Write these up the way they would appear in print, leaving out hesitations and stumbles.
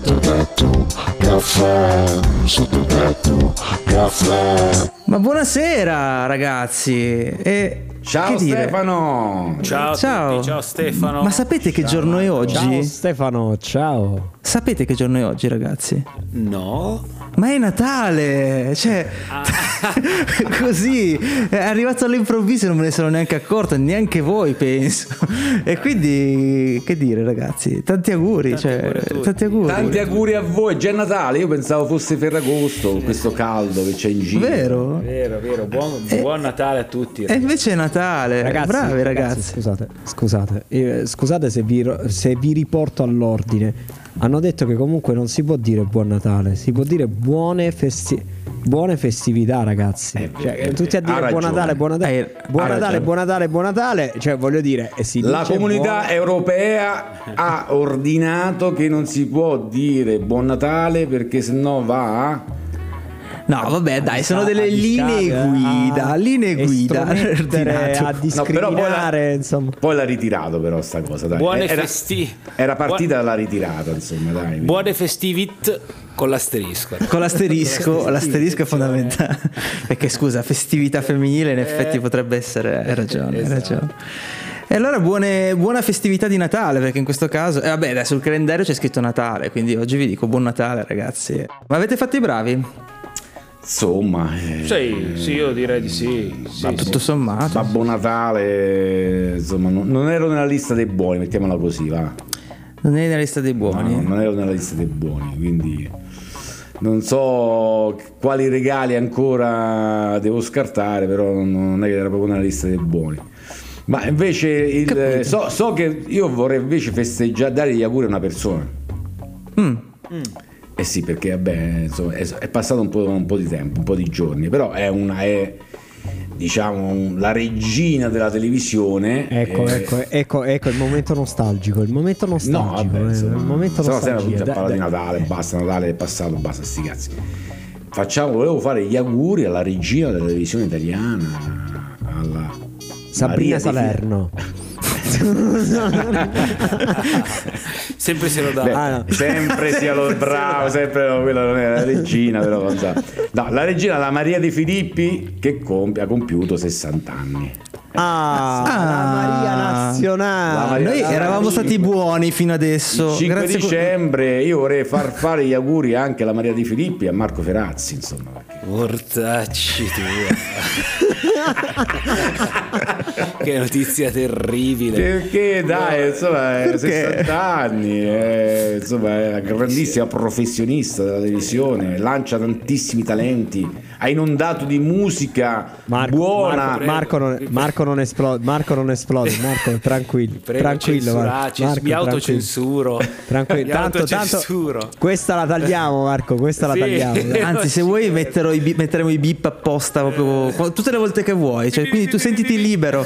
Sottotetto caffè, sottotetto caffè. Ma buonasera ragazzi e ciao che dire? Stefano. Ciao a tutti, ciao Stefano. Ma sapete che giorno è oggi? Ciao Stefano, ciao. Sapete che giorno è oggi ragazzi? No. Ma è Natale, cioè così è arrivato all'improvviso e non me ne sono neanche accorto, neanche voi penso. E quindi che dire ragazzi, tanti auguri, tanti auguri. Tanti auguri a voi, già è Natale, io pensavo fosse Ferragosto con questo caldo che c'è in giro. Vero? Vero, buon Natale a tutti. E invece è Natale, ragazzi, bravi ragazzi. Scusate se vi riporto all'ordine. Hanno detto che comunque non si può dire buon Natale, si può dire buone festività, ragazzi. Cioè, tutti a dire buon Natale, buon Natale, buon Natale, buon Natale, buon Natale. Cioè, voglio dire, la comunità europea ha ordinato che non si può dire buon Natale perché sennò va a... No, vabbè, dai, sono delle linee guida, a discriminare, insomma. Poi l'ha ritirato però sta cosa, dai. Era partita l'ha ritirata, insomma, dai. Buone festivit con l'asterisco. Con l'asterisco è fondamentale. Perché scusa, festività femminile in effetti potrebbe essere, hai ragione, esatto. Hai ragione. E allora buona festività di Natale, perché in questo caso vabbè, dai, sul calendario c'è scritto Natale, quindi oggi vi dico buon Natale, ragazzi. Ma avete fatto i bravi? Insomma, sì, io direi di sì. Ma tutto sommato. Babbo Natale, insomma, non ero nella lista dei buoni, mettiamola così, va. Non eri nella lista dei buoni? No, non ero nella lista dei buoni, quindi non so quali regali ancora devo scartare, però non è che era proprio nella lista dei buoni. Ma invece so che io vorrei invece festeggiare, dare gli auguri a una persona. Eh sì, perché vabbè, insomma, è passato un po' di tempo, un po' di giorni, però è diciamo la regina della televisione. Ecco il momento nostalgico. Il momento nostalgico. No, vabbè, insomma, il momento nostalgico. Tutti a parlare di Natale, basta, Natale è passato, basta sti cazzi. Volevo fare gli auguri alla regina della televisione italiana, alla Sabrina Salerno. Sempre se lo dà. Sempre sia lo bravo, sempre quella non è la regina, però no, la regina, la Maria De Filippi, che ha compiuto 60 anni. La Maria Nazionale. Noi eravamo stati buoni fino adesso. Il 5 Grazie dicembre io vorrei far fare gli auguri anche alla Maria De Filippi e a Marco Ferazzi, insomma. Mortacci tu. Che notizia terribile. Perché dai, insomma, 60 anni, insomma, è una grandissima professionista della televisione, lancia tantissimi talenti, ha inondato di musica buona. Marco non esplode, Marco, tranquillo. Mi autocensuro. Tranquillo. Tanto questa la tagliamo, Marco, la tagliamo. Anzi, se vuoi metteremo i beep apposta proprio tutte le volte che vuoi, cioè, quindi tu sentiti libero.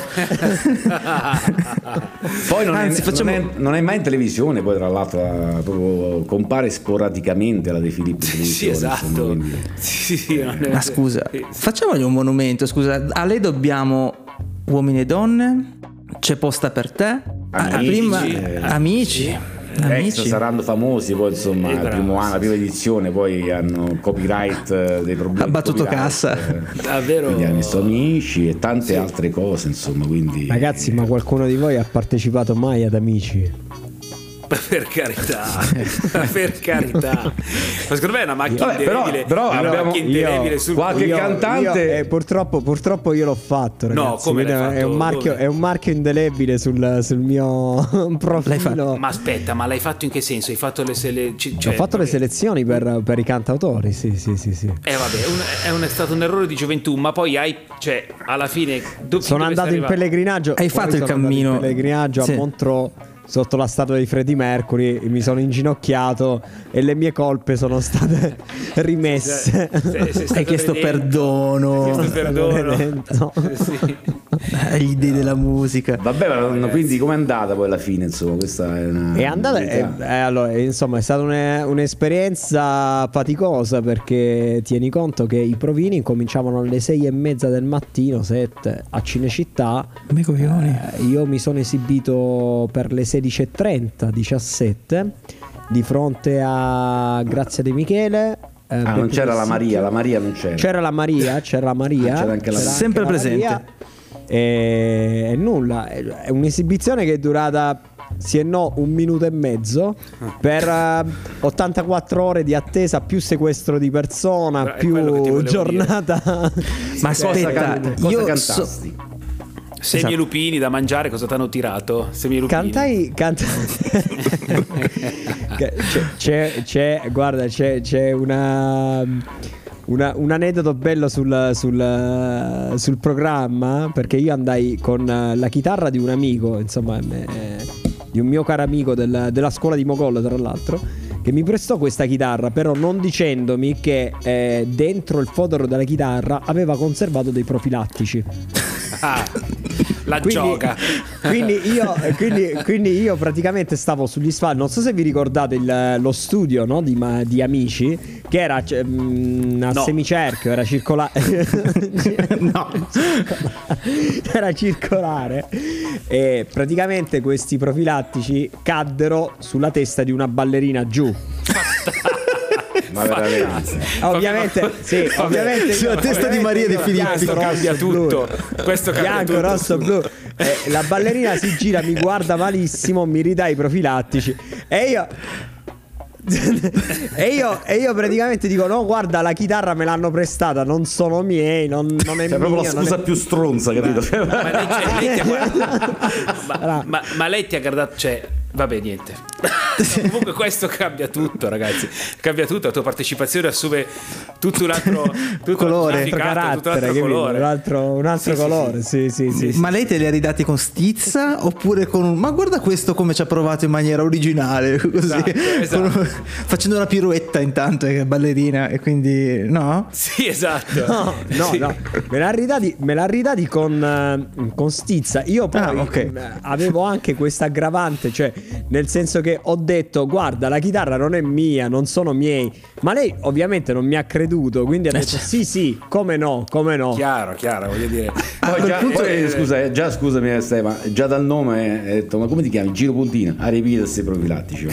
Poi non è mai in televisione, poi tra l'altro proprio compare sporadicamente la De Filippi in televisione. Sì, esatto. Ma scusa, facciamogli un monumento, scusa, a lei dobbiamo Uomini e Donne, C'è posta per te, Amici. Saranno famosi, poi insomma il primo anno, la prima edizione, poi hanno copyright dei problemi. Ha battuto cassa. Davvero. Quindi hanno messo Amici e tante altre cose, insomma, quindi. Ragazzi, ma qualcuno di voi ha partecipato mai ad Amici? Per carità. Ma secondo me è una macchina indelebile. Però abbiamo qualche cantante. Purtroppo io l'ho fatto, ragazzi. No, come l'hai fatto? È un marchio indelebile sul mio profilo. Ma aspetta, ma l'hai fatto in che senso? Hai fatto le selezioni? Ho fatto le selezioni per i cantautori, sì. Vabbè, è stato un errore di gioventù, ma poi alla fine sono andato in pellegrinaggio. Hai fatto il cammino in pellegrinaggio a Montreux sotto la statua di Freddie Mercury, mi sono inginocchiato e le mie colpe sono state rimesse. Hai chiesto perdono. Sì. Gli dei della musica. Vabbè, ma quindi com'è andata poi alla fine? Insomma, questa è andata. Allora, insomma, è stata un'esperienza faticosa, perché tieni conto che i provini incominciavano alle 6:30 del mattino, 7 a Cinecittà. Io mi sono esibito per le 16 16:30, 17, di fronte a Grazia De Michele. Non c'era la Maria non c'era. C'era la Maria. C'era anche la sempre presente. Maria. E nulla, è un'esibizione che è durata sì e no 1 minuto e mezzo per 84 ore di attesa, più sequestro di persona, più giornata. Ma aspetta, cosa io cantasti? Semi e lupini da mangiare, cosa t'hanno tirato? Semi e lupini. Cantai. c'è un aneddoto bello sul programma, perché io andai con la chitarra di un amico, insomma, di un mio caro amico della scuola di Mogol, tra l'altro, che mi prestò questa chitarra, però non dicendomi che dentro il fodero della chitarra aveva conservato dei profilattici. Gioca. Quindi io praticamente stavo sugli spalti. Non so se vi ricordate lo studio, no, di Amici, che era a semicerchio, era circolare. No. Era circolare. E praticamente questi profilattici caddero sulla testa di una ballerina giù. Ma veramente. Ovviamente sulla testa di Maria De Filippi. Questo cambia tutto. Questo cambia bianco, tutto. rosso, blu. La ballerina si gira, mi guarda malissimo, mi ridà i profilattici e io praticamente dico: no, guarda, la chitarra me l'hanno prestata, non sono miei, non è mia. Proprio la scusa più stronza, capito? Ma lei ti ha guardato, cioè, vabbè, niente. Comunque questo cambia tutto, ragazzi. Cambia tutto, la tua partecipazione assume tutto un altro colore, un altro colore. Sì. Ma lei te li ha ridati con stizza oppure con ma guarda questo come ci ha provato in maniera originale, così, esatto. Facendo una piruetta intanto, è ballerina, e quindi no? Sì, esatto. No, Sì. no. Me l'ha ridati con stizza. Io poi avevo anche questa aggravante, cioè nel senso che ho detto: guarda, la chitarra non è mia, non sono miei. Ma lei ovviamente non mi ha creduto, quindi ha detto sì, come no. Chiaro, voglio dire. Scusami Stefano, già dal nome hai detto: ma come ti chiami? Giro Puntina, a ripita questi profilattici.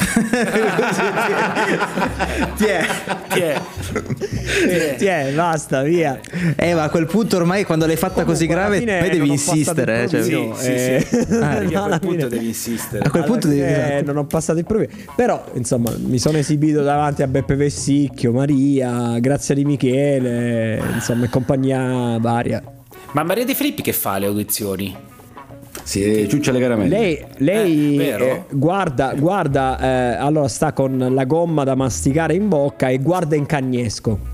Ti è, basta, via. Ma a quel punto ormai, quando l'hai fatta così grave, poi devi insistere. Sì. A quel alla punto fine- devi insistere. A quel punto devi... non ho passato il problema. Però insomma mi sono esibito davanti a Beppe Vessicchio, Maria, Grazia Di Michele, insomma, e compagnia varia. Ma Maria De Filippi che fa le audizioni? Si ciuccia le caramelle. Lei vero? guarda, allora sta con la gomma da masticare in bocca e guarda in cagnesco.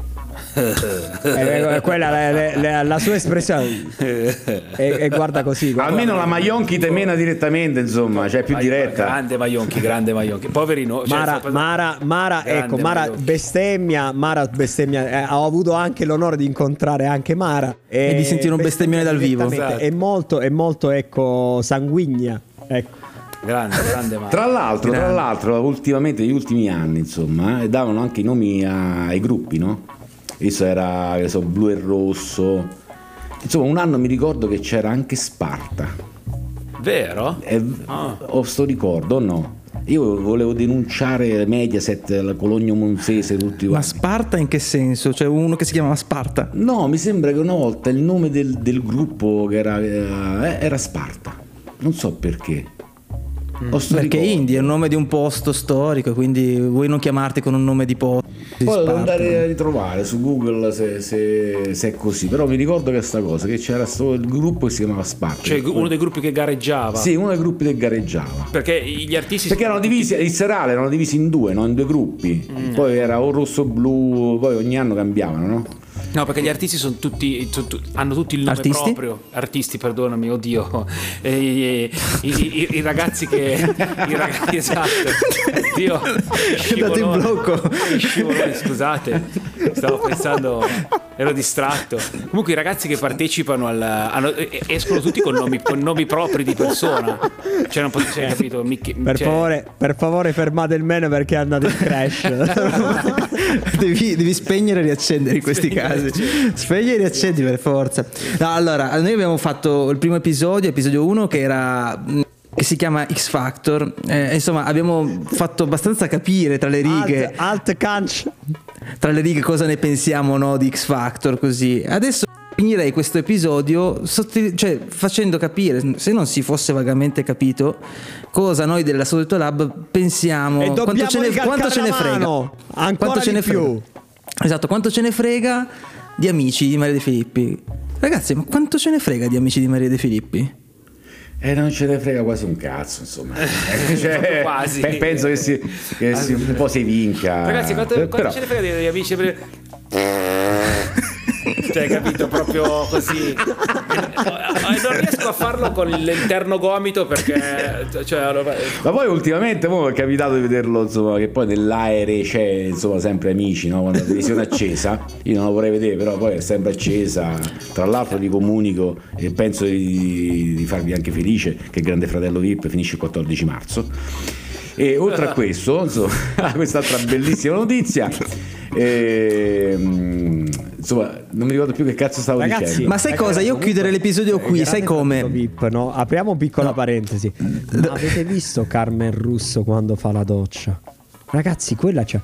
Quella la sua espressione e guarda così. Almeno la Maionchi te mena direttamente, insomma, cioè più diretta. Grande Maionchi. Poverino. Mara, ecco, Mara bestemmia. Ho avuto anche l'onore di incontrare anche Mara E di sentire un bestemmione dal vivo. Esatto. È molto ecco, sanguigna, ecco. Grande Mara. Tra l'altro, ultimamente, negli ultimi anni, insomma, davano anche i nomi ai gruppi, no? Questo era, che so, Blu e Rosso. Insomma, un anno mi ricordo che c'era anche Sparta. Vero? Ho sto ricordo, no? Io volevo denunciare Mediaset, la Cologno Monzese, tutti Ma quanti. Sparta in che senso? Cioè uno che si chiamava Sparta? No, mi sembra che una volta il nome del gruppo che era Sparta. Non so perché. Ho sto Perché ricordo. Indie è il nome di un posto storico, quindi vuoi non chiamarti con un nome di posto? Poi devo andare a ritrovare su Google se è così. Però mi ricordo che sta cosa, che c'era il gruppo che si chiamava Sparta. Cioè uno dei gruppi che gareggiava. Sì, uno dei gruppi che gareggiava. Perché gli artisti Perché erano divisi, il serale erano divisi in due, no? In due gruppi. Poi era o rosso blu, poi ogni anno cambiavano, no? No, perché gli artisti sono tutti hanno tutti il nome Artisti? proprio. Artisti, perdonami, oddio. I ragazzi che esatto. Dio. È andato in blocco. Scusate. Stavo pensando, ero distratto. Comunque i ragazzi che partecipano escono tutti con nomi propri di persona. Cioè non potete, capito? Per favore fermate il meno perché è andato in crash. devi spegnere e riaccendere in questi casi. Spegni e riaccendi per forza. No, allora, noi abbiamo fatto il primo episodio 1, che che si chiama X Factor. Insomma, abbiamo fatto abbastanza capire tra le righe alt canc. tra le righe cosa ne pensiamo, no, di X Factor, così. Adesso finirei questo episodio cioè, facendo capire, se non si fosse vagamente capito, cosa noi della Solito Lab pensiamo, E quanto ce ne frega, ancora quanto ce di ne più. frega. Esatto, quanto ce ne frega di Amici di Maria De Filippi. Ragazzi, ma quanto ce ne frega di Amici di Maria De Filippi? Non ce ne frega quasi un cazzo, insomma. Cioè, Quasi. Penso che un po' si vinca. Ragazzi, quanto Però- ce ne frega degli amici? Cioè, capito, proprio così. Non riesco a farlo con l'interno gomito perché, cioè, allora... Ma poi ultimamente mo è capitato di vederlo, insomma, che poi nell'aereo c'è, insomma, sempre Amici, no? Quando la televisione è accesa, io non la vorrei vedere, però poi è sempre accesa. Tra l'altro vi comunico e penso di farvi anche felice che Grande Fratello VIP finisce il 14 marzo. E oltre a questo, insomma, quest'altra bellissima notizia, insomma, non mi ricordo più che cazzo stavo Ragazzi, dicendo. Ma sai cosa? Io chiuderei l'episodio qui, sai come? VIP, no? Apriamo piccola parentesi. Ma avete visto Carmen Russo quando fa la doccia? Ragazzi, quella c'è.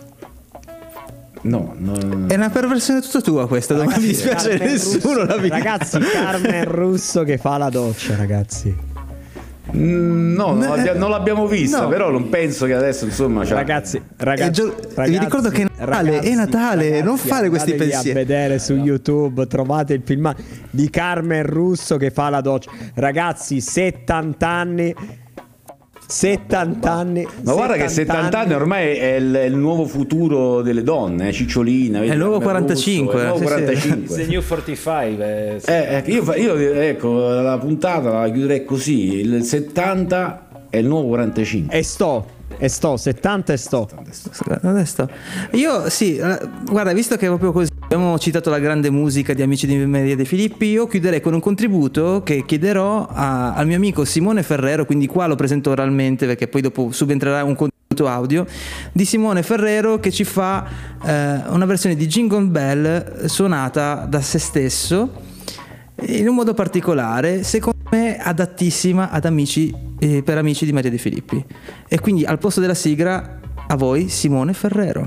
No, È una perversione tutta tua questa, non mi dispiace Carmen nessuno Russo- la vita. Ragazzi, Carmen Russo che fa la doccia, ragazzi. no, non l'abbiamo vista, No. però non penso che adesso, insomma, Ragazzi, vi ricordo che è Natale, non fare questi andatevi pensieri. a vedere su YouTube, trovate il film di Carmen Russo che fa la doccia. Ragazzi, 70 anni. 70 anni. Ma guarda che 70 anni ormai è il nuovo futuro delle donne, Cicciolina. È il nuovo 45, È il nuovo sì, sì. 45. The New 45. Io io la puntata la chiuderei così: il 70 è il nuovo 45. E sto 70 e sto. Adesso. Io sì, guarda, visto che è proprio così, abbiamo citato la grande musica di Amici di Maria De Filippi, io chiuderei con un contributo che chiederò al mio amico Simone Ferrero, quindi qua lo presento oralmente perché poi dopo subentrerà un contributo audio di Simone Ferrero che ci fa una versione di Jingle Bell suonata da se stesso in un modo particolare, secondo me adattissima ad per Amici di Maria De Filippi. E quindi al posto della sigla a voi Simone Ferrero.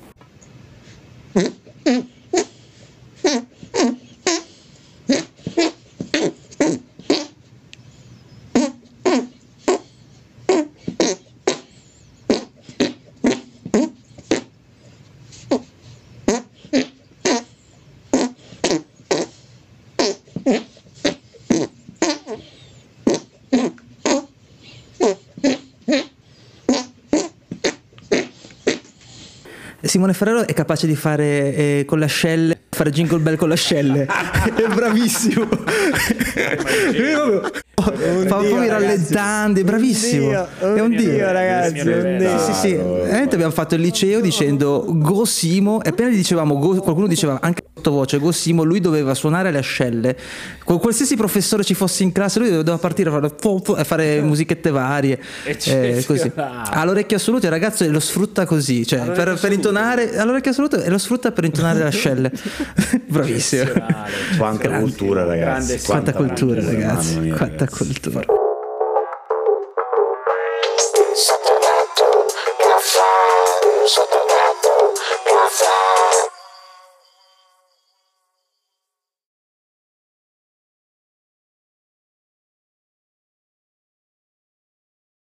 Simone Ferrero è capace di fare con l'ascelle, fare Jingle Bell con l'ascelle. È bravissimo. Fa un po' i rallentando, è bravissimo. È un dio, ragazzi, un dio. Sì, sì. Veramente abbiamo fatto il liceo dicendo Go Simo, e appena gli dicevamo qualcuno diceva anche sottovoce Go Simo, lui doveva suonare le ascelle. Qualsiasi professore ci fosse in classe, lui doveva partire a fare musichette varie. Così. Ha l'orecchio assoluto, il ragazzo lo sfrutta così, cioè per intonare all'orecchio assoluto e lo sfrutta per intonare le ascelle. Bravissimo. Quanta cultura, ragazzi. Quanta cultura, mamma ragazzi. mia, Quanta ragazzi. cultura. Sotto letto, caffè, sotto letto, caffè.